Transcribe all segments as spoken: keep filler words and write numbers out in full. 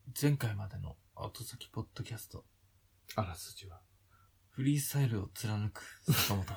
前回までの後先ポッドキャスト。 あらすじはフリースタイルを貫く坂本。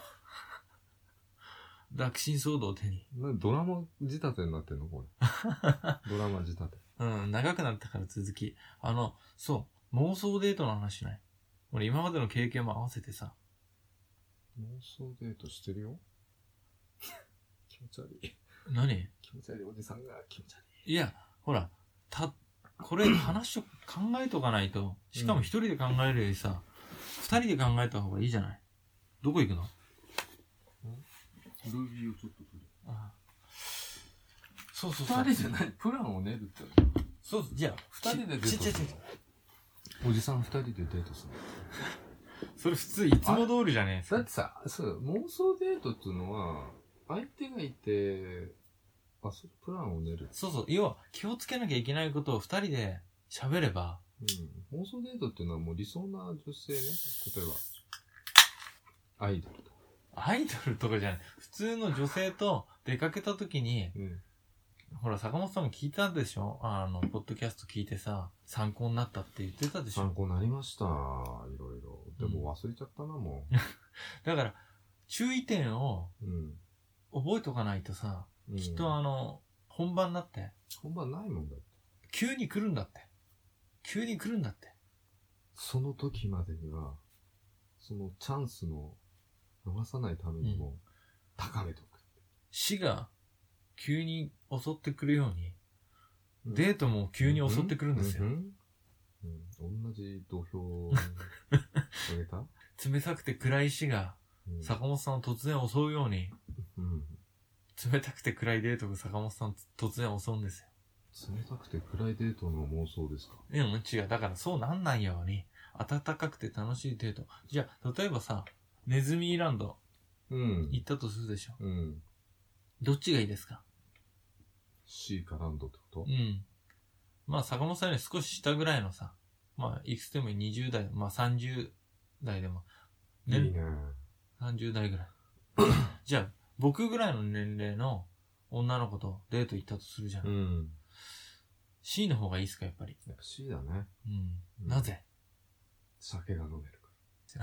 抱きしん騒動を手に。 ドラマ仕立てになってんのこれ。ドラマ仕立て。 うん、長くなったから続き。あの、そう、妄想デートの話しない。俺今までの経験も合わせてさ。 妄想デートしてるよ。気持ち悪い。 何？ 気持ち悪いおじさんが気持ち悪い。いや、ほら、た、これ話を考えとかないと、しかも一人で考えるよりさ、二、うん、人で考えた方がいいじゃない。どこ行くの？ ルービーをちょっと取る。ああ、 そうそうそう。 二人じゃない、プランを練るって。 そう、じゃあ、 二人でデートする。ちちちおじさん二人でデートする。 それ普通いつも通りじゃねえだってさ、そう、妄想デートっていうのは、相手がいて、あ、それプランを練る。 そうそう。要は、気をつけなきゃいけないことを二人で喋れば。 うん。妄想デートっていうのはもう理想な女性ね。例えば、アイドルとか。 アイドルとかじゃない。普通の女性と出かけた時に、うん、ほら、坂本さんも聞いたでしょ？あの、ポッドキャスト聞いてさ、参考になったって言ってたでしょ？ 参考になりました。いろいろ。でも忘れちゃったな、もう。 だから、注意点を、覚えとかないとさ、うん、きっとあの、本番だって。 本番ないもんだって。 急に来るんだって。急に来るんだって。 その時までには、そのチャンスの逃さないためにも、高めておく。 死が急に襲ってくるように、うん、デートも急に襲ってくるんですよ。うんうんうん、同じ土俵に上げた冷たくて暗い死が、坂本さんを突然襲うように、うん、冷たくて暗いデートが坂本さん突然襲うんですよ。 冷たくて暗いデートの妄想ですか？ うん、違う。だからそうなんないように、暖かくて楽しいデート。じゃあ、例えばさ、ネズミーランド、うん、行ったとするでしょ。うん。どっちがいいですか？ C かランドってこと？ うん。まあ、坂本さんより少し下ぐらいのさ、まあ、いくつでもにじゅう代、まあさんじゅう代でも、 ね、いいね。 さんじゅう代ぐらい。じゃあ、僕ぐらいの年齢の女の子とデート行ったとするじゃん。うん。C の方がいいっすか、やっぱり。 やっぱ C だね。 うん。うん、なぜ？ 酒が飲めるから。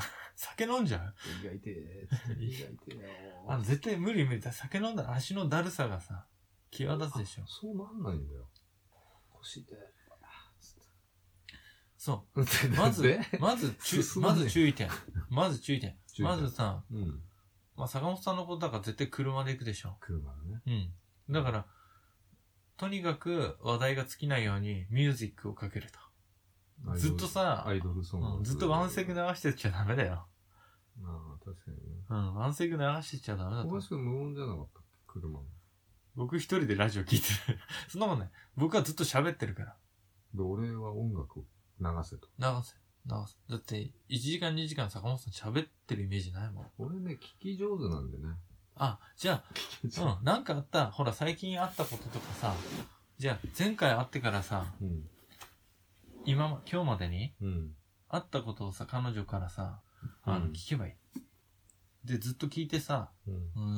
酒飲んじゃう？ 胃が痛え。胃が痛えよ。 あの、絶対無理無理だ。酒飲んだら足のだるさがさ、際立つでしょ。 そうなんないんだよ。腰で。 そう。まず、まず、まず注意点。まず注意点。まずさ、うん、まあ、坂本さんのことだから絶対車で行くでしょ。 車でね。うん。だから、とにかく話題が尽きないようにミュージックをかけると。ずっとさ、 アイドルソング、 うん、ずっとワンセグ流してちゃダメだよ。 まあ、確かにね。 うん、ワンセグ流してちゃダメだと。 小林くん無音じゃなかったっけ？車の。 僕一人でラジオ聞いてる。そんなもんね。僕はずっと喋ってるから。 で、俺は音楽を流せと。 流せ。流せ。だって、いちじかんにじかん坂本さん喋ってるイメージないもん。 俺ね、聞き上手なんでね。 あ、じゃあ、うん、なんかあった、ほら、最近あったこととかさ、じゃあ、前回会ってからさ、うん、今、今日までに、うん、会ったことをさ、彼女からさ、あの、うん、聞けばいい。で、ずっと聞いてさ、うん、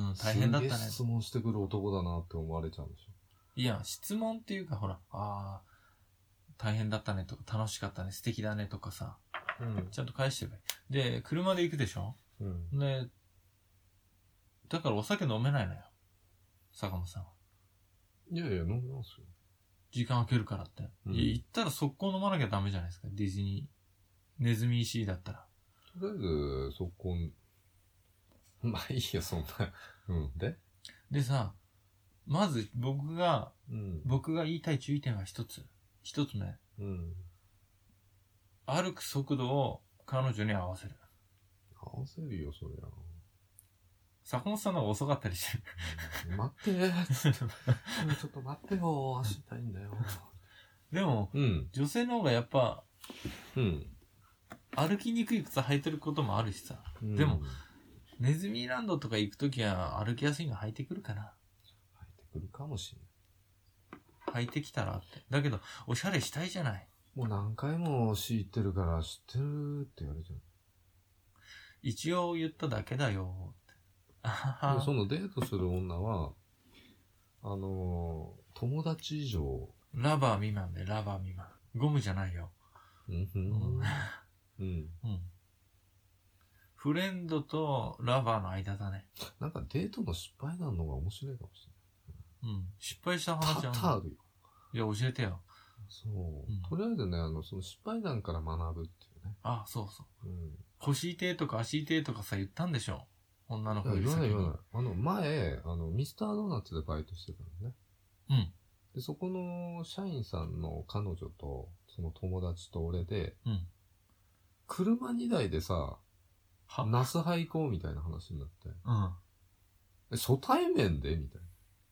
うん、大変だったね。 質問してくる男だなって思われちゃうんでしょ。 いや、質問っていうか、ほら、あー、大変だったねとか、楽しかったね、素敵だねとかさ、うん、ちゃんと返してればいい。で、車で行くでしょ、うん、で、だからお酒飲めないのよ。坂本さんは。 いやいや、飲みますよ。 時間空けるからって。うん、いや、行ったら速攻飲まなきゃダメじゃないですか、ディズニー。ネズミ石だったら。 とりあえず、速攻、まあいいよ、そんな。うん。ででさ、まず僕が、うん、僕が言いたい注意点は一つ。一つ目。うん。歩く速度を彼女に合わせる。 合わせるよ、そりゃ。 坂本さんの方が遅かったりしてる。 うん、待ってー。ちょっと待ってよ。足痛いんだよ。 でも、うん、女性の方がやっぱ、うん、歩きにくい靴履いてることもあるしさ。うん、でも、ネズミランドとか行くときは歩きやすいの履いてくるかな。 履いてくるかもしれない。履いてきたらって。だけど、おしゃれしたいじゃない。 もう何回も知ってるから知ってるって言われちゃう。 一応言っただけだよって。 でそのデートする女は、あのー、友達以上。 ラバー未満でラバー未満。 ゴムじゃないよ。 うん。うん。うん。うん。 フレンドとラバーの間だね。 なんかデートの失敗談の方が面白いかもしれない。うん。失敗した話は多々あるよ。 いや、教えてよ。 そう。うん、とりあえずね、あの、その失敗談から学ぶっていうね。 あ、そうそう。うん。腰痛とか足痛とかさ、言ったんでしょ。女の子に。言わない言わない。あの、前、あの、ミスタードーナツでバイトしてたのね。うん。で、そこの社員さんの彼女と、その友達と俺で、うん。車にだいでさ、ナスハ行こうみたいな話になって。うん。初対面でみたい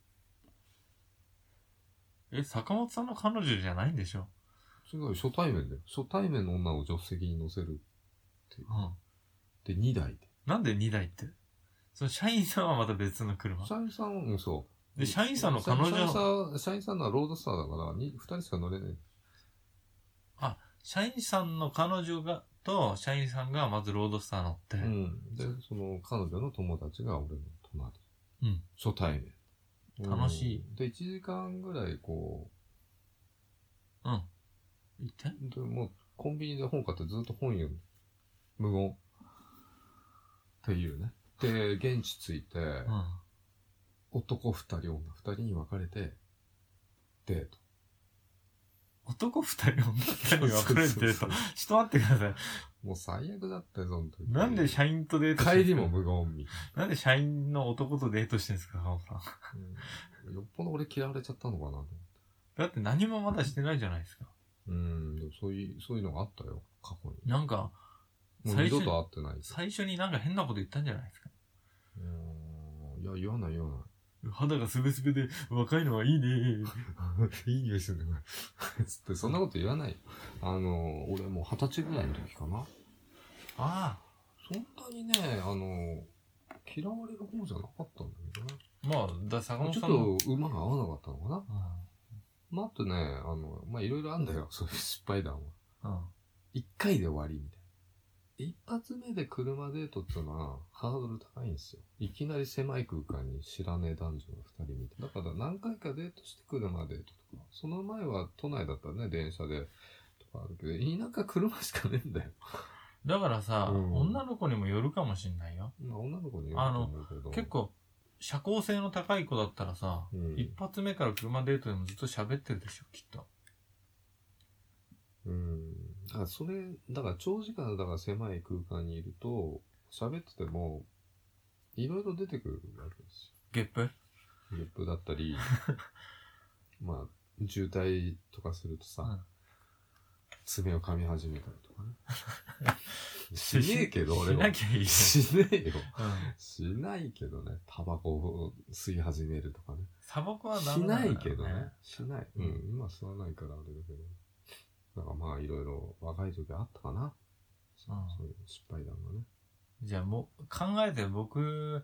な。え、坂本さんの彼女じゃないんでしょ？ 違う、初対面で。初対面の女を助手席に乗せるっていう。うん。で、にだいで。 なんでにだいって？その社員さんはまた別の車。 社員さんは、うん、そう。 で、社員さんの彼女社員さん、社員さんのはロードスターだから、に、二人しか乗れない。 あ、社員さんの彼女が、と、社員さんがまずロードスター乗って。うん。で、その彼女の友達が俺の隣。うん。初対面。楽しい。 で、いちじかんぐらいこう。うん。行ってで、もう、コンビニで本買ってずっと本読む。無言。っていうね。で、現地着いて、うん、男二人、女二人に分かれて、デート。 男二人、女二人に分かれてデート。ちょっと待ってください。 もう最悪だったよ、その時。 なんで社員とデートしてんすか？帰りも無言みたいな。なんで社員の男とデートしてんすか、カオさん。 うん、よっぽど俺嫌われちゃったのかなと思って。 だって何もまだしてないじゃないですか。 うん、でもそういう、そういうのがあったよ、過去に。 なんか、 もう二度と会ってない。 最初になんか変なこと言ったんじゃないですか。 うん。いや、言わない言わない。 肌がすべすべで若いのはいいねいい匂いするね。つってそんなこと言わない。あの、俺もう二十歳ぐらいの時かな。ああ。そんなにね、あの、嫌われる方じゃなかったんだけどね。 まあ、だ、坂本さんちょっと馬が合わなかったのかな。うん、まあ、あとね、あの、まあ、いろいろあんだよ。そういう失敗談は。うん。一回で終わりみたいな。一発目で車デートってのはハードル高いんですよ。いきなり狭い空間に知らねえ男女が二人見て。だから何回かデートして車デートとか。その前は都内だったらね、電車でとかあるけど、田舎車しかねえんだよ。 だからさ、うん、女の子にもよるかもしんないよ。 まあ、女の子によると思うけど。 あの、結構、社交性の高い子だったらさ、うん、一発目から車デートでもずっと喋ってるでしょ、きっと。 うん。だからそれ、だから長時間だから狭い空間にいると、喋ってても、いろいろ出てくるわけですよ。 ゲップゲップだったり、まあ、渋滞とかするとさ、うん、爪を噛み始めたりとかね。しねえけど、俺は。 しなきゃいい。 しねえよ。うん、しないけどね。タバコを吸い始めるとかね。 タバコはダメだ、ね、しないけどね。しない。うん。今吸わないからあれだけど。だからまあいろいろ若い時あったかな、うん、そういう失敗談がね。 じゃあもう考えて僕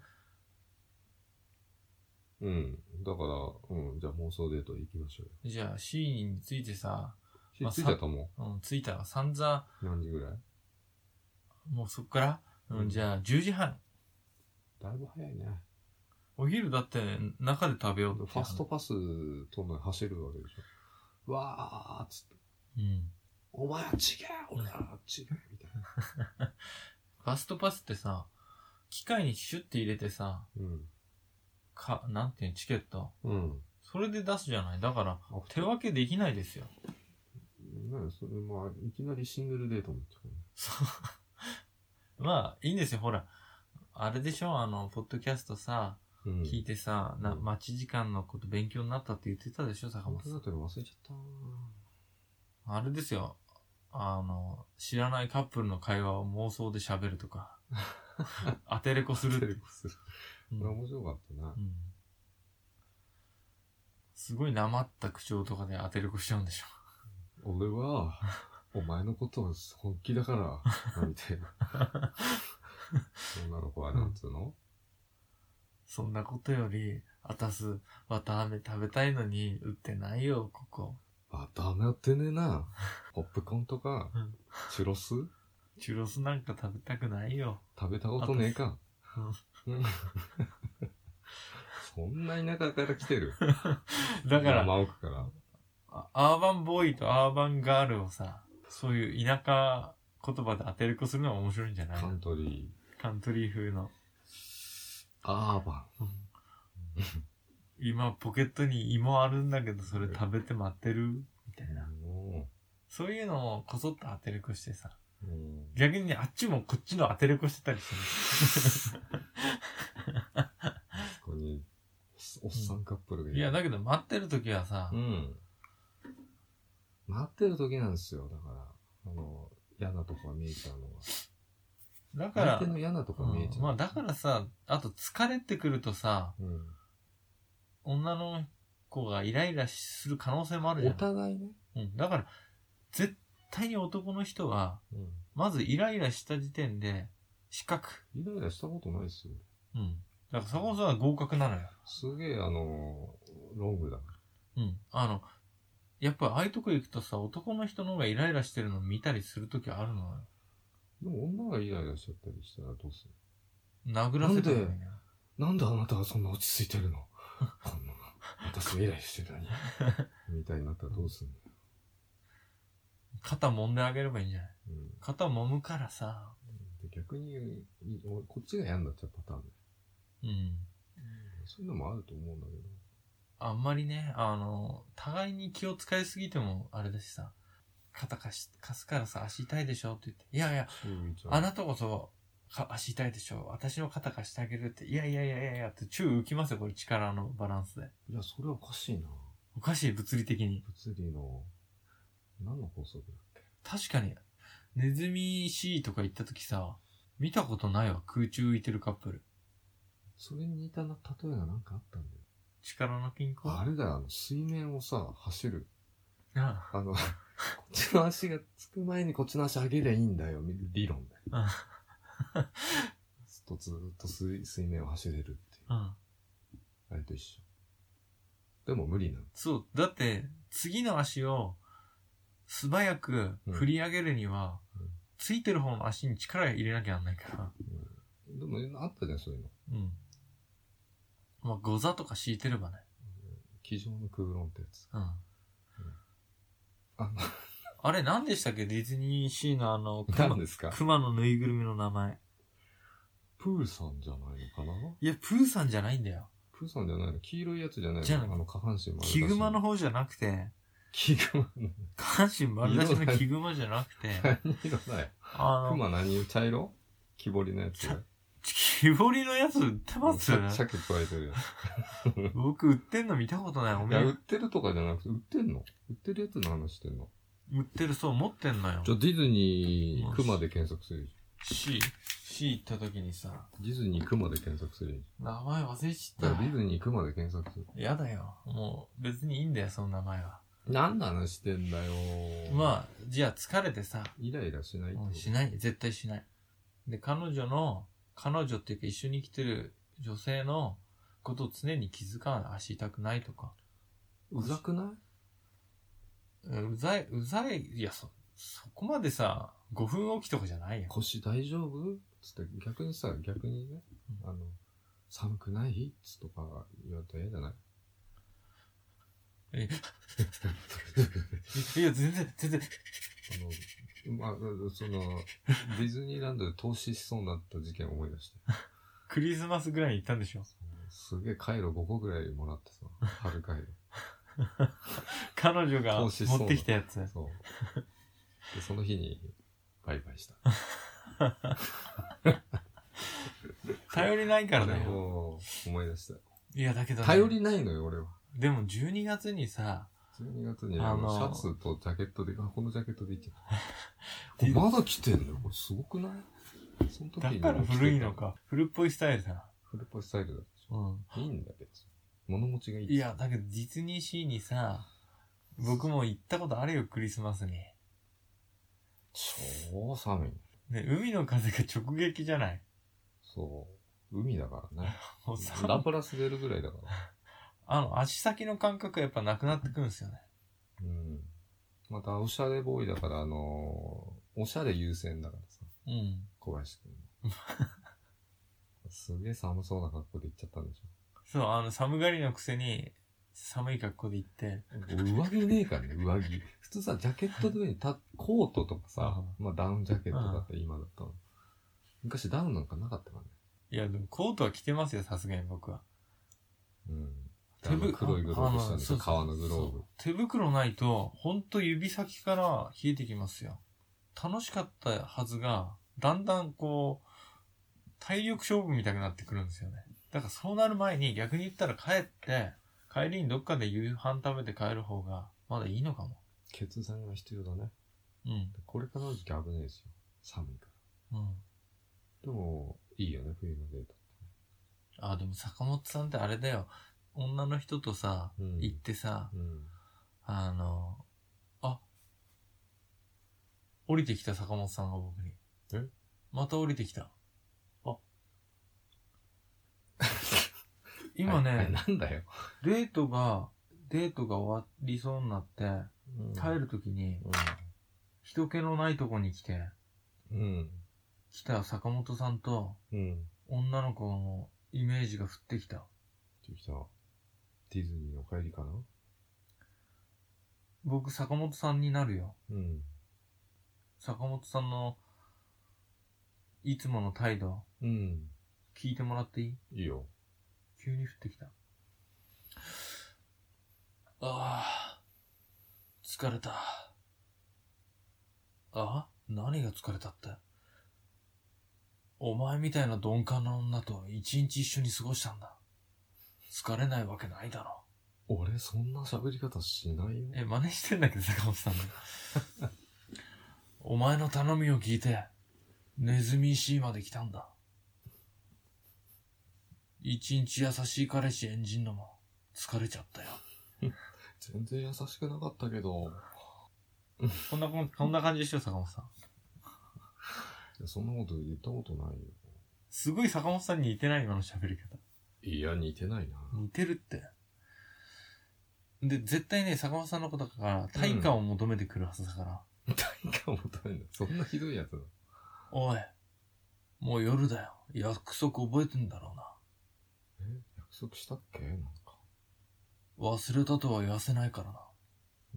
うんだからうんじゃあ妄想デート行きましょうよ。じゃあ C についてさ C、まあ、ついたと思う。うんついたら散々 何時ぐらい？ もうそっから、うん、じゃあじゅうじはん。 だいぶ早いね。 お昼だって中で食べようって。 ファストパスとの走るわけでしょ。わーっつって。うん、お前は違う俺は違うみたいな。 ファストパスってさ、機械にシュッて入れてさ、うん、か、なんていうチケット、うん、それで出すじゃない。だから手分けできないですよ。 ねそれまあいきなりシングルデートになっちゃうね。 そうまあいいんですよ。ほらあれでしょ、あのポッドキャストさ、うん、聞いてさ、な、待ち時間のこと勉強になったって言ってたでしょ、坂本さん。 本当だったら忘れちゃった。 あれですよ。あの、知らないカップルの会話を妄想で喋るとか。当てれこする。当てれこする。 うん、これ面白かったな、うん。 すごいなまった口調とかで当てれこしちゃうんでしょ。 俺は、お前のことを本気だから、みたいな。女の子はなんつうの、うん、 そんなことより、あたす、綿あめ食べたいのに売ってないよ、ここ。 あ、ダメやってねえな。ポップコーンとか、うん、チュロスチュロスなんか食べたくないよ。 食べたことねえか。うん、そんな田舎から来てる。 だから、 山奥から。 アーバンボーイとアーバンガールをさ、そういう田舎言葉で当てる子するのが面白いんじゃない？ カントリー。カントリー風の。 アーバン。 今ポケットに芋あるんだけどそれ食べて待ってるみたいな。そういうのをこそっと当てる子してさ。逆にね、あっちもこっちの当てる子してたりする。 ここにおっさんカップルがいる。 いや、だけど待ってる時はさ、うん、 待ってる時なんですよ。だから、あの、嫌なとこが見えちゃうのは。だから、相手の嫌なとこが見えちゃう。 うん、まあだからさ、あと疲れてくるとさ、うん、女の子がイライラする可能性もあるじゃん。 お互いね。 うん。だから、絶対に男の人は、うん、まずイライラした時点で、失格。 イライラしたことないっすよ。 うん。だからそこそ合格なのよ。 すげえ、あの、ロングだ。 うん。あの、やっぱああいうとこ行くとさ、男の人の方がイライラしてるの見たりするときあるのよ。 でも女がイライラしちゃったりしたらどうする？殴らせてる。 なんであなたがそんな落ち着いてるの？こんな、私がイライラしてるのに。みたいになったらどうするの？ 肩揉んであげればいいんじゃない？うん、肩揉むからさ。 で逆に、こっちが嫌になっちゃうパターンね。うん。そういうのもあると思うんだけど。 あんまりね、あの、互いに気を使いすぎてもあれだしさ、肩貸し、貸すからさ、足痛いでしょって言って、いやいや、あなたこそ、足痛いでしょ、私の肩貸してあげるって、いやいやいやいやいやって宙浮きますよ、これ力のバランスで。 いや、それはおかしいな。 おかしい、物理的に。 物理の、何の法則だっけ？ 確かに、ネズミシーとか行った時さ、見たことないわ、空中浮いてるカップル。 それに似た例えがなんかあったんだよ。 力の均衡？ あれだよ、あの、水面をさ、走る。 ああの、こっちの足がつく前にこっちの足上げりゃいいんだよ、理論だよ。あとずっと水水面を走れるっていう。あれと一緒。でも無理なの。 そう。だって、次の足を素早く振り上げるには、うん、ついてる方の足に力入れなきゃなんないから。 うん、でも、あったじゃん、そういうの。うん。 まあ、ゴザとか敷いてればね。 机上の空論ってやつ。うん。うん、 ああれ何でしたっけ？ディズニーシーのあの、 何ですか？ 熊のぬいぐるみの名前。 プーさんじゃないのかな？ いや、プーさんじゃないんだよ。 プーさんじゃないの？黄色いやつじゃないの？じゃあの、下半身丸出し。 キグマの方じゃなくて、 キグマの下半身丸出しのキグマじゃなくて、 何色だよ。あの、熊何色？茶色？木彫りのやつ。 木彫りのやつ売ってます？ 鮭加えてるやつ。僕売ってんの見たことない。 おめえ。いや、売ってるとかじゃなくて、売ってんの？売ってるやつの話してんの？ 売ってる、そう、持ってんのよ。 じゃあディズニー、熊で検索するじゃん。C、C 行った時にさ。 ディズニー、熊で検索するじゃん。名前忘れちゃった。 ディズニー、熊で検索する。 やだよ。もう、別にいいんだよ、その名前は。 何の話してんだよ。 まあ、じゃあ疲れてさ。 イライラしないってこと？ しない。絶対しない。で、彼女の、彼女っていうか一緒に生きてる女性のことを常に気づかない。足痛くないとか。 うざくないうざい、うざい、いや、そ、そこまでさ、ごふんおきとかじゃないよ。 腰大丈夫つって逆にさ、逆にね、うん、あの、寒くないつとか言われたら嫌じゃない？ えいや、全然、全然。 あの、まあ、その、ディズニーランドで投資しそうになった事件を思い出して。 クリスマスぐらいに行ったんでしょ？ すげえカイロごこぐらいもらってさ、春カイロ。 彼女が持ってきたやつ。そう。 で、その日に、バイバイした。 頼りないからだよ。 思い出した。 いや、だけど、ね、 頼りないのよ、俺は。 でもじゅうにがつにさ、 じゅうにがつにあのシャツとジャケットで、あ、このジャケットでいってた。まだ着てんのよ。これすごくない？その時にだから古いのか。古っぽいスタイルだな。 古っぽいスタイルだった。うん。いいんだけど。物持ちがいい。 いや、だけどディズニーシーにさ、僕も行ったことあるよ、クリスマスに。 超寒い。 ね、海の風が直撃じゃない。 そう。海だからね。ラプラス出るぐらいだから。 あの、足先の感覚やっぱなくなってくるんですよね。 うん。また、おしゃれボーイだから、あのー、おしゃれ優先だからさ。うん。小林くん。すげえ寒そうな格好で行っちゃったんでしょ。 そう、あの、寒がりのくせに、 寒い格好で行って。 上着ねえからね、上着。普通さ、ジャケットの上にたコートとかさ、まあダウンジャケットだったら今だったら。昔ダウンなんかなかったからね。 いや、でもコートは着てますよ、さすがに僕は。 うん。手袋、黒いグローブしたんですよ、革のグローブ。 手袋ないと、ほんと指先から冷えてきますよ。楽しかったはずが、だんだんこう、体力勝負みたいになってくるんですよね。だからそうなる前に逆に言ったら帰って、帰りにどっかで夕飯食べて帰る方がまだいいのかも。 決断が必要だね。 うん。 これからの時期危ないですよ。寒いから。うん。でも、いいよね、冬のデート。 あ、でも坂本さんってあれだよ。女の人とさ、うん、行ってさ、うん、あの、あ、降りてきた坂本さんが僕に。え？また降りてきた。あ。今ね、 はいはい、なんだよ。 デートが、デートが終わりそうになって、うん、帰るときに、うん、人気のないとこに来て、うん、来た坂本さんと、うん、女の子のイメージが降ってきた。降ってきた。 ディズニーの帰りかな？ 僕、坂本さんになるよ。うん。坂本さんの、いつもの態度。うん。聞いてもらっていい？ いいよ。 急に降ってきた。ああ、疲れた。あ？何が疲れたって？お前みたいな鈍感な女と一日一緒に過ごしたんだ。疲れないわけないだろ。 俺そんな喋り方しないよ。 え、真似してんだけど、坂本さんね。お前の頼みを聞いて、ネズミ石井まで来たんだ。一日優しい彼氏演じんのも疲れちゃったよ。 全然優しくなかったけど。 こんな、こんな感じでしょ、坂本さん。 いや、そんなこと言ったことないよ。 すごい坂本さんに似てない今の喋り方。 いや、似てないな。 似てるって。で、絶対ね、坂本さんのことだから対価を求めてくるはずだから。 うん、対価を求めるんだ。そんなひどいやつだ。 おい、もう夜だよ。約束覚えてんだろうな。 え、約束したっけ？なんか。 忘れたとは言わせないからな。 うん、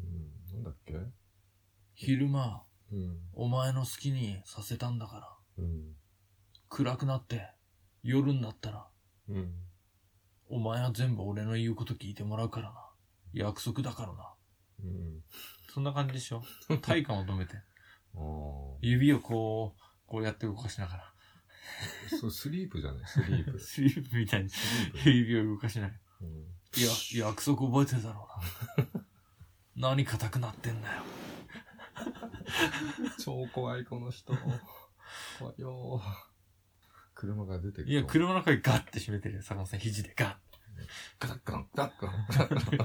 なんだっけ？ 昼間、うん、お前の好きにさせたんだから。うん、暗くなって、夜になったら、うん、お前は全部俺の言うこと聞いてもらうからな。約束だからな。うん、そんな感じでしょ？対価を求めて。指をこう、こうやって動かしながら。 そう、スリープじゃない？スリープ。 スリープみたいに指を動かしながら。うん、いや、約束覚えてるだろうな。何固くなってんだよ。 超怖いこの人。怖いよ。車が出てくる。 いや、車の中でガッて閉めてるよ、坂本さん、肘でガッ。 ガッガン、ガッガン、ガッ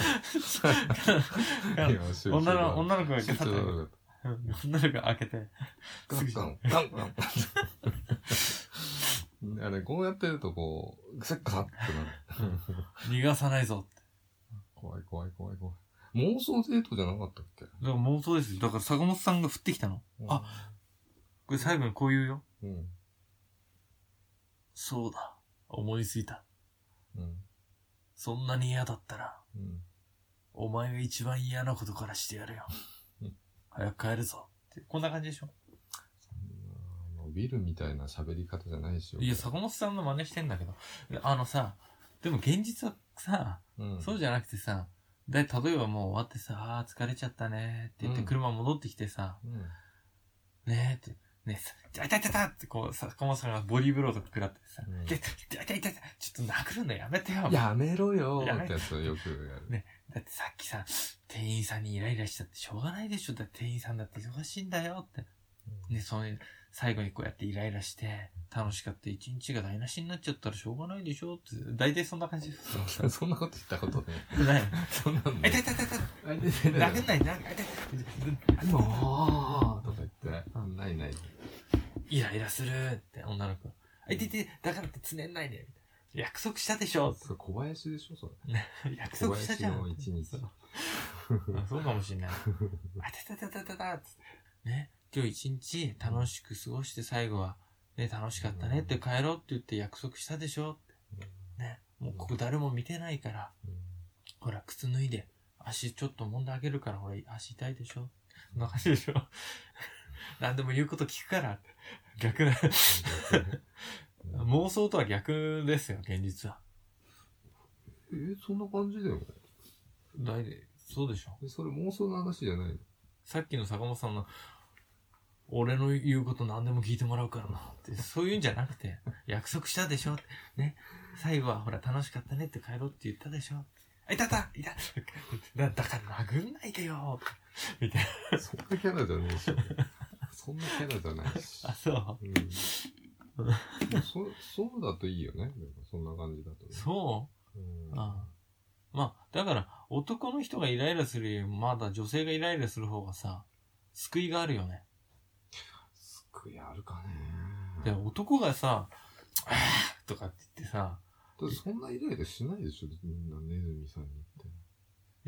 ガン。女の、女の子がガッて。女の子が開けて。 ガッガン、ガンガン。あれ、こうやってるとこう、ガッガッってなる。 逃がさないぞって。 怖い怖い怖い怖い。妄想デートじゃなかったっけ？だから妄想ですよ。だから坂本さんが降ってきたの。うん、あ、これ最後にこう言うよ。うん。そうだ。思いついた。うん。そんなに嫌だったら、うん、お前が一番嫌なことからしてやるよ。うん、早く帰るぞって。こんな感じでしょ？ そんな、ビルみたいな喋り方じゃないでしょ。 いや、坂本さんの真似してんだけど。あのさ、でも現実はさ、うん、そうじゃなくてさ、で、例えばもう終わってさ、あー疲れちゃったねって言って車戻ってきてさ、うん、ねーって、ねえ、痛い痛い痛いってこう、坂本さんがボディーブローとか食らってさ、うん、痛い痛い痛い痛いちょっと殴るのやめてよ。 やめろよーってやつをよくやる。 ね、だってさっきさ、店員さんにイライラしちゃってしょうがないでしょ。だって店員さんだって忙しいんだよって。うん、ね、そういう、最後にこうやってイライラして、楽しかった一日が台無しになっちゃったらしょうがないでしょって、大体そんな感じです。 そんなこと言ったことね。 ない。 そんなんね。 痛い痛い痛い痛い。殴んない、殴んない。痛い痛い。 もうとか言って、ないない。 イライラするって女の子。あ、いていて、だからってつねんないで。約束したでしょ。 それ小林でしょそれ。 約束したじゃん。 小林の一日。 そうかもしんない。あたたたたたたね。今日一日楽しく過ごして最後は、ね、楽しかったねって帰ろうって言って約束したでしょって。ね。もうここ誰も見てないから。 ほら、靴脱いで、足ちょっと揉んであげるから、ほら、足痛いでしょそんな感じでしょ何でも言うこと聞くから。逆な。妄想とは逆ですよ、現実は。 え、そんな感じだよ。 だいで、そうでしょ。 え、それ妄想の話じゃないの？ さっきの坂本さんの、俺の言うこと何でも聞いてもらうからなって、そういうんじゃなくて、約束したでしょね。最後はほら楽しかったねって帰ろうって言ったでしょあ、いたたいただ、だから殴んないでよみたいな。 そんなキャラじゃねえし。そんなキャラじゃないし。 あ、そう。うん、 そそうだといいよね。そんな感じだと、ね。 そう、うん、ああまあ、だから男の人がイライラするよりもまだ女性がイライラする方がさ、救いがあるよね。 救いあるかね。 で、男がさ、あーとかって言ってさ、 だってそんなイライラしないでしょ、みんなネズミさんに言って。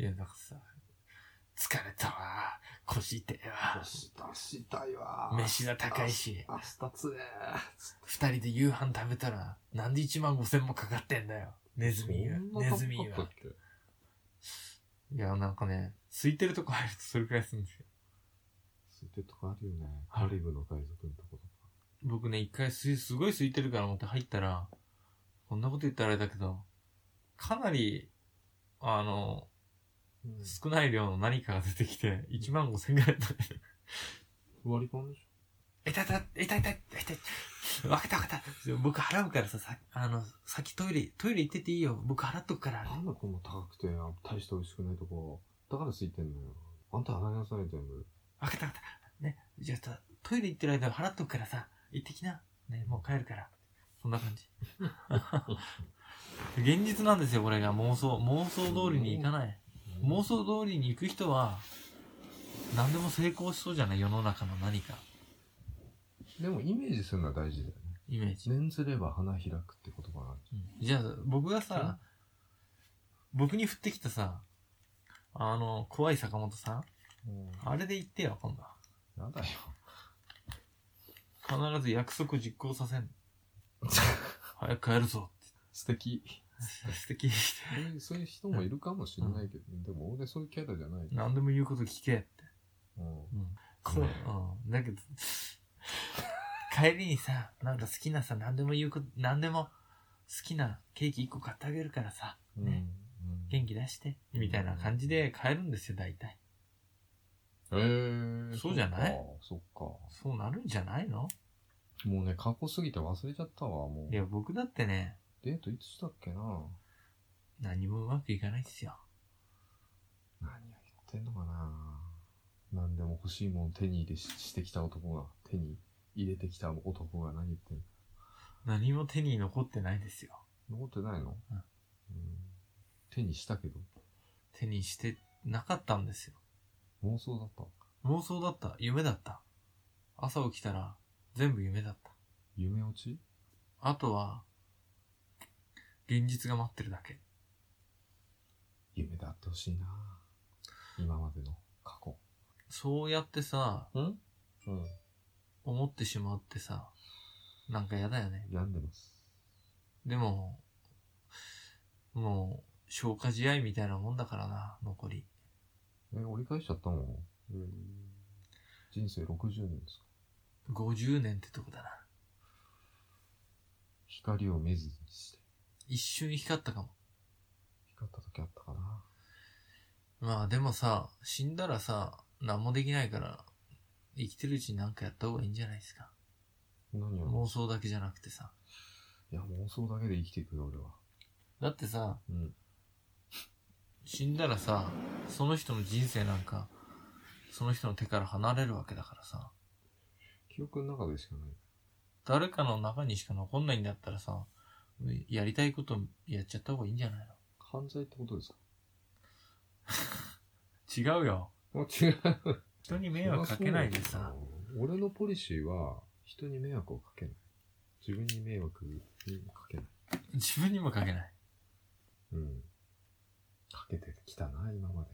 いや、だからさ、疲れたわ、腰痛いわ、 腰出したいわ、 飯が高いし、 明日つれー、 二人で夕飯食べたら、なんで一万五千もかかってんだよ、ネズミは、ネズミは。いや、なんかね、空いてるとこ入るとそれくらいするんですよ。 空いてるとこあるよね。カリブの海賊のとことか。す僕ね、一回す、すごい空いてるから思って入ったら、こんなこと言ったらあれだけど、かなり、あの、うん、少ない量の何かが出てきて、いちまんごせんぐらいだった。 割り勘でしょ？ えたた、えたいたい、えたい。わかったわかった。僕払うからさ、さ、あの、先トイレ、トイレ行ってていいよ。僕払っとくから。 なんだこんな高くて、大して美味しくないとこ。だから空いてんのよ。あんた払いなさい、全部。 わかったわかった。ね、じゃあさ、トイレ行ってる間払っとくからさ、行ってきな。ね、もう帰るから。そんな感じ。現実なんですよ、これが妄想。妄想通りにいかない。妄想通りに行く人は、何でも成功しそうじゃない、世の中の何か。 でもイメージするのは大事だよね。 イメージ。 念ずれば花開くって言葉がある、 うん。じゃあ、僕がさ、僕に降ってきたさ、あの、怖い坂本さん、あれで言ってよ、今度は。 やだよ。 必ず約束実行させん。早く帰るぞって。 素敵。 素敵。 そういう、そういう人もいるかもしれないけど、うん、でも俺そういうキャラじゃない。 何でも言うこと聞けって。うん。うん。 そう。 うん。だけど、帰りにさ、なんか好きなさ、何でも言うこと、何でも好きなケーキいっこ買ってあげるからさ、ね。うんうん、元気出して、みたいな感じで帰るんですよ、大体。 へえー。 そうじゃない？ そっか。 そうなるんじゃないの？ もうね、過去すぎて忘れちゃったわ、もう。 いや、僕だってね。 デートいつしたっけな？ 何もうまくいかないっすよ。 何を言ってんのかな？何でも欲しいもん手に入れ し, してきた男が、手に入れてきた男が何言ってんの？ 何も手に残ってないですよ。 残ってないの？ うん。うん、 手にしたけど。 手にしてなかったんですよ。 妄想だった。 妄想だった。夢だった。朝起きたら全部夢だった。 夢落ち？ あとは、現実が待ってるだけ。 夢であってほしいな。今までの過去。 そうやってさ、 ん？うん。 思ってしまってさ、なんかやだよね。 病んでます。 でも、もう、消化試合みたいなもんだからな、残り。 え、折り返しちゃったもん。うん。人生ろくじゅうねんですか？ ごじゅうねんってとこだな。 光を見ずにして。 一瞬光ったかも。 光った時あったかな。 まあでもさ、死んだらさ、何もできないから、生きてるうちに何かやった方がいいんじゃないですか。 何を？ 妄想だけじゃなくてさ。 いや、妄想だけで生きていくよ、俺は。 だってさ、 うん、 死んだらさ、その人の人生なんか、その人の手から離れるわけだからさ。 記憶の中でしかない。 誰かの中にしか残んないんだったらさ、やりたいことやっちゃった方がいいんじゃないの？ 犯罪ってことですか？ 違うよ。 あ、違う。 人に迷惑かけないでさ。 俺のポリシーは、人に迷惑をかけない。自分に迷惑にもかけない。 自分にもかけない。 うん。かけてきたな、今まで。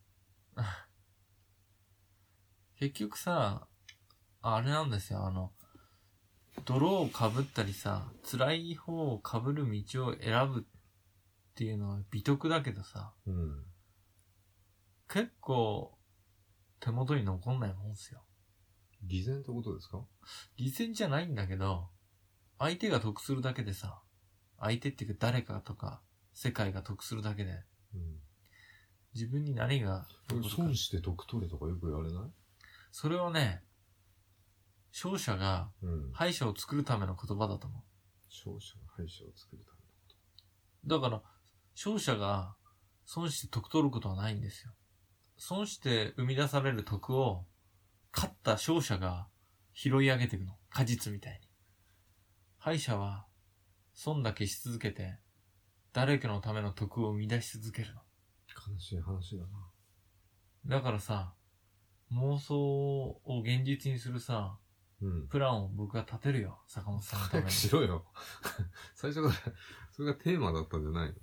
結局さ、あれなんですよ、あの、泥を被ったりさ、辛い方を被る道を選ぶっっていうのは美徳だけどさ、 うん、 結構手元に残んないもんですよ。 偽善ってことですか？ 偽善じゃないんだけど、相手が得するだけでさ、相手っていうか誰かとか世界が得するだけで、うん、自分に何が損して得取れとかよく言われない？ それはね、勝者が敗者を作るための言葉だと思う。 勝者が敗者を作るためのこと。だから勝者が損して得取ることはないんですよ。損して生み出される得を勝った勝者が拾い上げていくの。果実みたいに。敗者は損だけし続けて誰かのための得を生み出し続けるの。 悲しい話だな。 だからさ、妄想を現実にするさ、うん、プランを僕が立てるよ、坂本さんのために。 しろよ。最初からそれがテーマだったんじゃないの？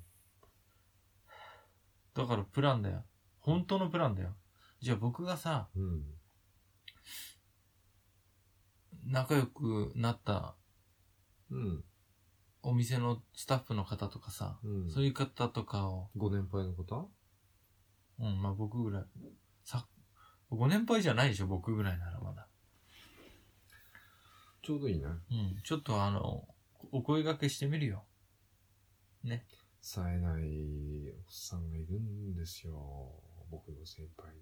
だからプランだよ。本当のプランだよ。じゃあ僕がさ、うん、仲良くなった、うん、お店のスタッフの方とかさ、うん、そういう方とかを。 ご年配の方？ うん、まあ僕ぐらい。さ、ご年配じゃないでしょ、僕ぐらいならまだ。 ちょうどいいね。 うん、ちょっとあの、お声掛けしてみるよ。ね。 冴えないおっさんがいるんですよ。僕の先輩に。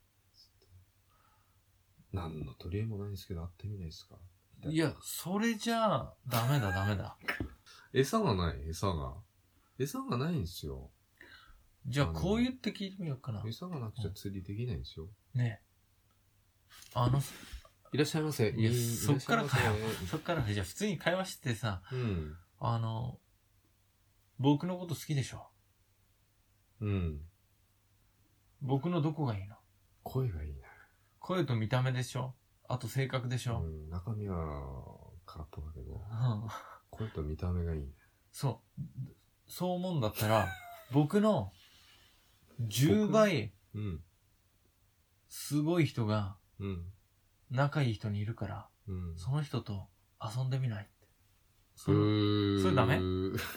何の取り柄もないんですけど、会ってみないですか？ いや、それじゃあ、ダメだダメだ。 餌がない、餌が。餌がないんですよ。 じゃあ、こう言って聞いてみようかな。 餌がなくちゃ釣りできないんですよ。 ね。あの、 いらっしゃいませ。 いや、そっからかよ。そっからか。じゃあ、普通に会話してさ、うん、あの、僕のこと好きでしょ？うん。僕のどこがいいの？ 声がいいね。 声と見た目でしょ？あと性格でしょ？ うん、中身は空っぽだけど、うん、声と見た目がいいね。 そう。そう思うんだったら、僕のじゅうばい、うん、すごい人が、うん、仲いい人にいるから、うん、その人と遊んでみないって。それ、それダメ？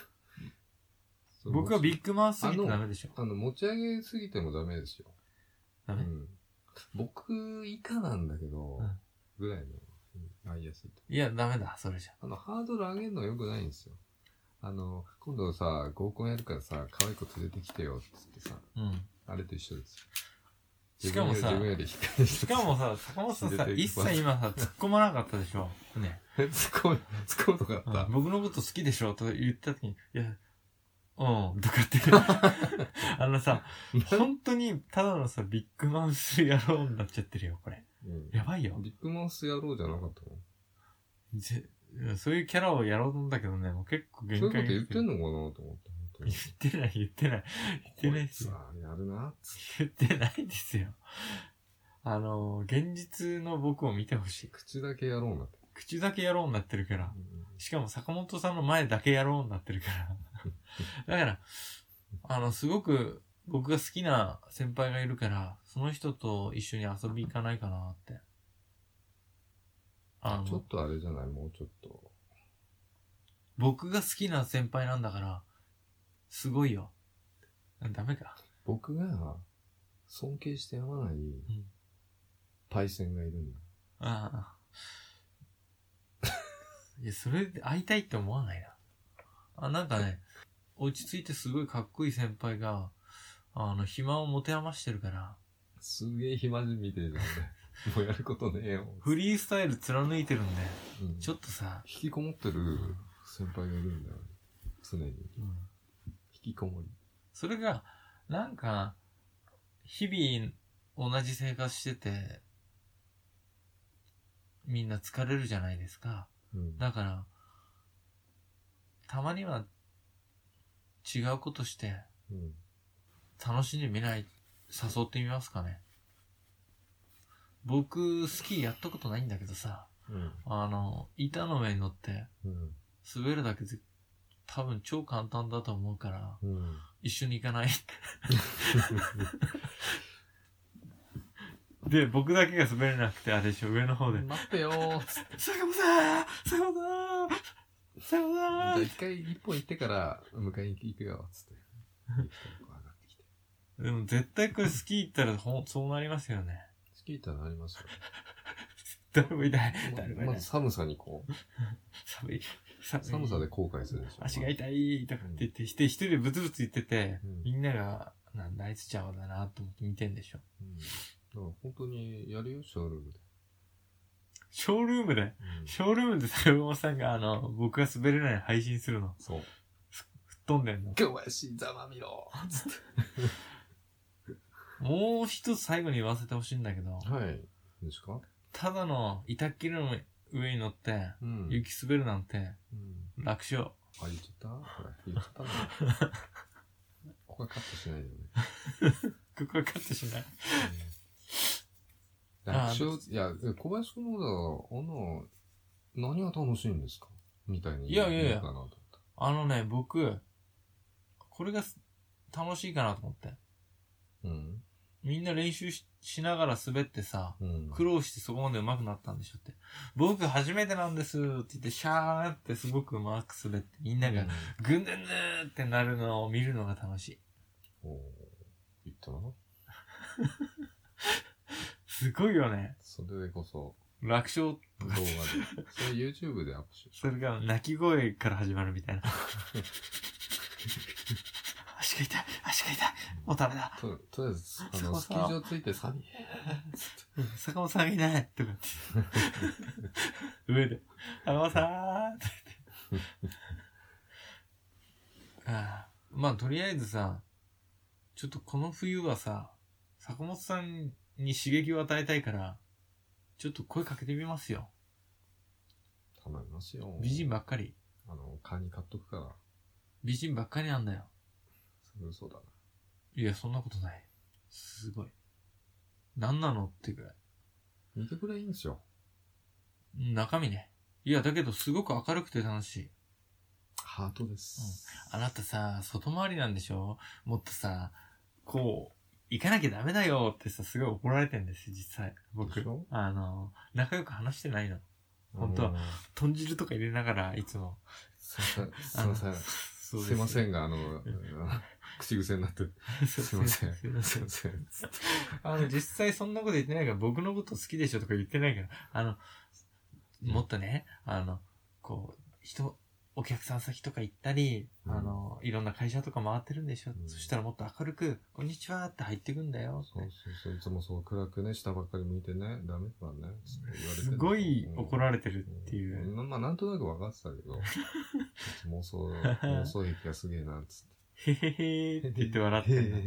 僕はビッグマウスすぎてダメでしょ。 あの、持ち上げすぎてもダメですよ。 ダメ？うん、 僕以下なんだけど、うん、ぐらいの、うん、合いやすいと。 いや、ダメだ、それじゃ。 あの、ハードル上げるのは良くないんですよ。あの、今度さ、合コンやるからさ、可愛い子連れてきてよって言ってさ、うん、あれと一緒ですよ。 しかもさ、しかもさ、坂本さんさ、一切今さ、突っ込まなかったでしょ。ね。 突っ込む、突っ込むとかあった、 うん、僕のこと好きでしょと言った時に、いや、うん、とかって。あのさ、本当にただのさ、ビッグマウス野郎になっちゃってるよ、これ。うん、やばいよ。 ビッグマウス野郎じゃなかったの？ ぜそういうキャラをやろうと思ったけどね、もう結構限界。 そういうこと言ってんのかなと思って。 言ってない、言ってない。言ってないですよ。 やるなっ言ってないですよ。あの、現実の僕を見てほしい。 口だけやろうになってる。 口だけやろうになってるから。うん、しかも坂本さんの前だけやろうになってるから。だから、あの、すごく僕が好きな先輩がいるから、その人と一緒に遊び行かないかなって。 あの、ちょっとあれじゃない？もうちょっと。 僕が好きな先輩なんだから、すごいよ。ダメか。 僕が尊敬してやまないパイセンがいるんだ。 ああ。いや、それで会いたいって思わないな。あ、なんかね、落ち着いてすごいかっこいい先輩が、あの、暇を持て余してるから。 すげえ暇人みてえじゃんね。もうやることねえよ。 フリースタイル貫いてるんで、うん、ちょっとさ。 引きこもってる先輩がいるんだよ。常に。うん、引きこもり。 それが、なんか、日々同じ生活してて、みんな疲れるじゃないですか。うん、だから、たまには違うことして、うん、楽しんでみない、誘ってみますかね。僕、スキーやったことないんだけどさ、うん、あの、板の上に乗って、うん、滑るだけで多分超簡単だと思うから、うん、一緒に行かないで、僕だけが滑れなくて、あれでしょ、上の方で。 待ってよーつって。 坂本さん坂本さん坂本さんじゃあ一回一本行ってから迎えに行くよ、つって。 でも絶対これスキー行ったらほそうなりますよね。 スキー行ったらなりますよ。 誰もいない。誰もいない。 まず寒さにこう。 寒い。寒い。 寒さで後悔するでしょ。 足が痛いとかって言って、して一人でブツブツ言ってて、うん、みんなが、なんだあいつちゃうだなと思って見てんでしょ。 うん。だから本当にやるよ、ショールームで。 ショールームで、うん、ショールームで坂本さんがあの、僕が滑れないの配信するの。 そう。 吹っ飛んでんの。 今日はしざまみろつって。 もう一つ最後に言わせてほしいんだけど。 はい。ですか？ただの板っきりの上に乗って、うん、雪滑るなんて、うん、楽勝。 あ、言っちゃったこれ。言っちゃったね。ここはカットしないでね。 ここはカットしない。 楽勝、いや、小林くんの方だ、あの、何が楽しいんですかみたいに。 いやいやいや。あのね、僕、これが楽しいかなと思って。うん。みんな練習 し, しながら滑ってさ、うん、苦労してそこまで上手くなったんでしょって。僕初めてなんですって言って、シャーってすごく上手く滑って、みんながぐんぬんぬーってなるのを見るのが楽しい。 おー、言ったな。 すごいよね。 それでこそ。 楽勝動画で。それ YouTube でアップしよう。 それが泣き声から始まるみたいな。足が痛い、足が痛い、もうダメだ。 と、とりあえず、あの、スキー場ついて寒い。 坂本さんいないとかって。上で、坂本さんって言って。ああ、まあ、とりあえずさ、ちょっとこの冬はさ、坂本さんに刺激を与えたいから、ちょっと声かけてみますよ。 頼みますよ。 美人ばっかり。 あの、カニ買っとくから。 美人ばっかりなんだよ。 嘘だな。 いや、そんなことない。すごい。何なのってぐらい。 見てくれいいんですよ。 中身ね。いや、だけどすごく明るくて楽しい。 ハートです。 うん。あなたさ、外回りなんでしょ？もっとさ、こう、行かなきゃダメだよってさ、すごい怒られてんですよ、実際。僕。あの、仲良く話してないの。本当は、豚汁とか入れながら、いつも。 すいません。すいませんが、あの、口癖になってる。すいません。すいません。すいません。 あの、実際そんなこと言ってないから、僕のこと好きでしょとか言ってないから、あの、もっとね、あの、こう、人、お客さん先とか行ったり、うん、あの、いろんな会社とか回ってるんでしょ、うん、そしたらもっと明るく、こんにちはって入ってくんだよ。 そうそうそう、いつもそう暗くね、下ばっかり向いてね、ダメだね。言われてすごい怒られてるっていう。 うん、まあ、なんとなく分かってたけど、妄想、妄想癖がすげえな、つって。 へへへーって言って笑ってんだ。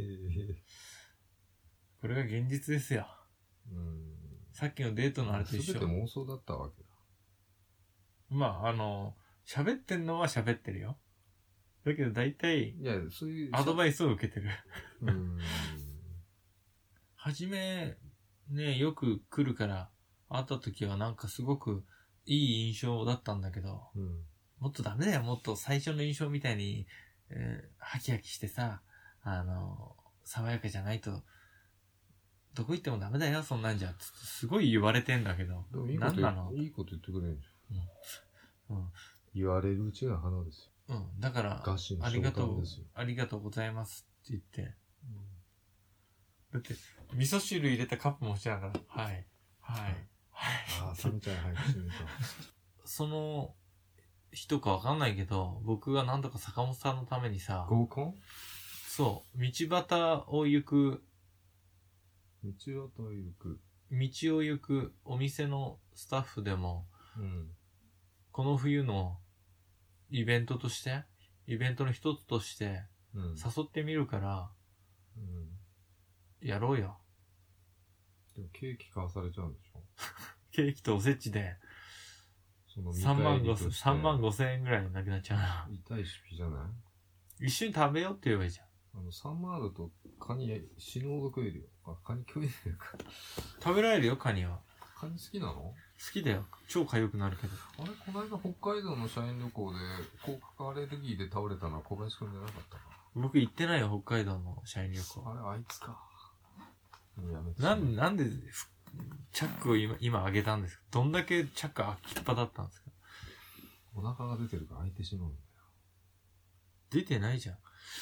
これが現実ですよ。うん。さっきのデートのあれと一緒。 全て妄想だったわけだ。 まあ、あの、喋ってんのは喋ってるよ。だけど大体、 いや、そういう。 アドバイスを受けてる。うん。はじめ、ね、よく来るから、会った時はなんかすごくいい印象だったんだけど、うん、もっとダメだよ、もっと最初の印象みたいに、えー、ハキハキしてさ、あの、爽やかじゃないと、どこ行ってもダメだよ、そんなんじゃ。すごい言われてんだけど。 でもいいことなのいいこと言ってくれるんじゃん。うん。うん。言われるうちが花ですよ。うん。だから、ありがとう、ありがとうございますって言って。うん、だって、味噌汁入れたカップもしてながら、はい、はい、はい。 ああ、冷めちゃう、早く閉めた。 その人かわかんないけど、僕がなんとか坂本さんのためにさ、 合コン？ そう、道端を行く、 道端を行く。 道を行くお店のスタッフでも、うん、この冬のイベントとして、イベントの一つとして、誘ってみるから、うん、やろうよ。 でもケーキ買わされちゃうんでしょケーキとおせちで、そのさんまんごせんえんぐらいなくなっちゃうな。 痛い出費じゃない？ 一緒に食べようって言えばいいじゃん。 あの、さんまんあるとカニ死ぬほど食えるよ。あ、カニ食えるか。 食べられるよ、カニは。 カニ好きなの？好きだよ。超痒くなるけど。 あれ、この間北海道の社員旅行で、甲殻アレルギーで倒れたのは小林くんじゃなかったか？ 僕行ってないよ、北海道の社員旅行。 あれ、あいつか。 やめて。なん、なんで、チャックを今、今上げたんですか？どんだけチャック開きっぱだったんですか？ お腹が出てるから開いてしまうんだよ。 出てないじゃん。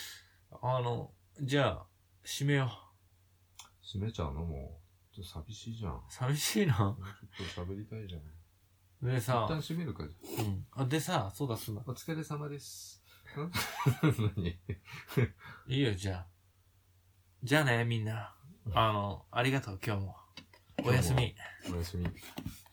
あの、じゃあ、締めよう。締めちゃうのもう。ちょっと寂しいじゃん。 寂しいな。ちょっと喋りたいじゃん。 でさ、 一旦締めるかじゃん。うん。あ、でさ、そうだそうだ。 お疲れ様です。何いいよ、じゃあ。じゃあね、みんな。あの、ありがとう、今日も。おやすみ。 おやすみ。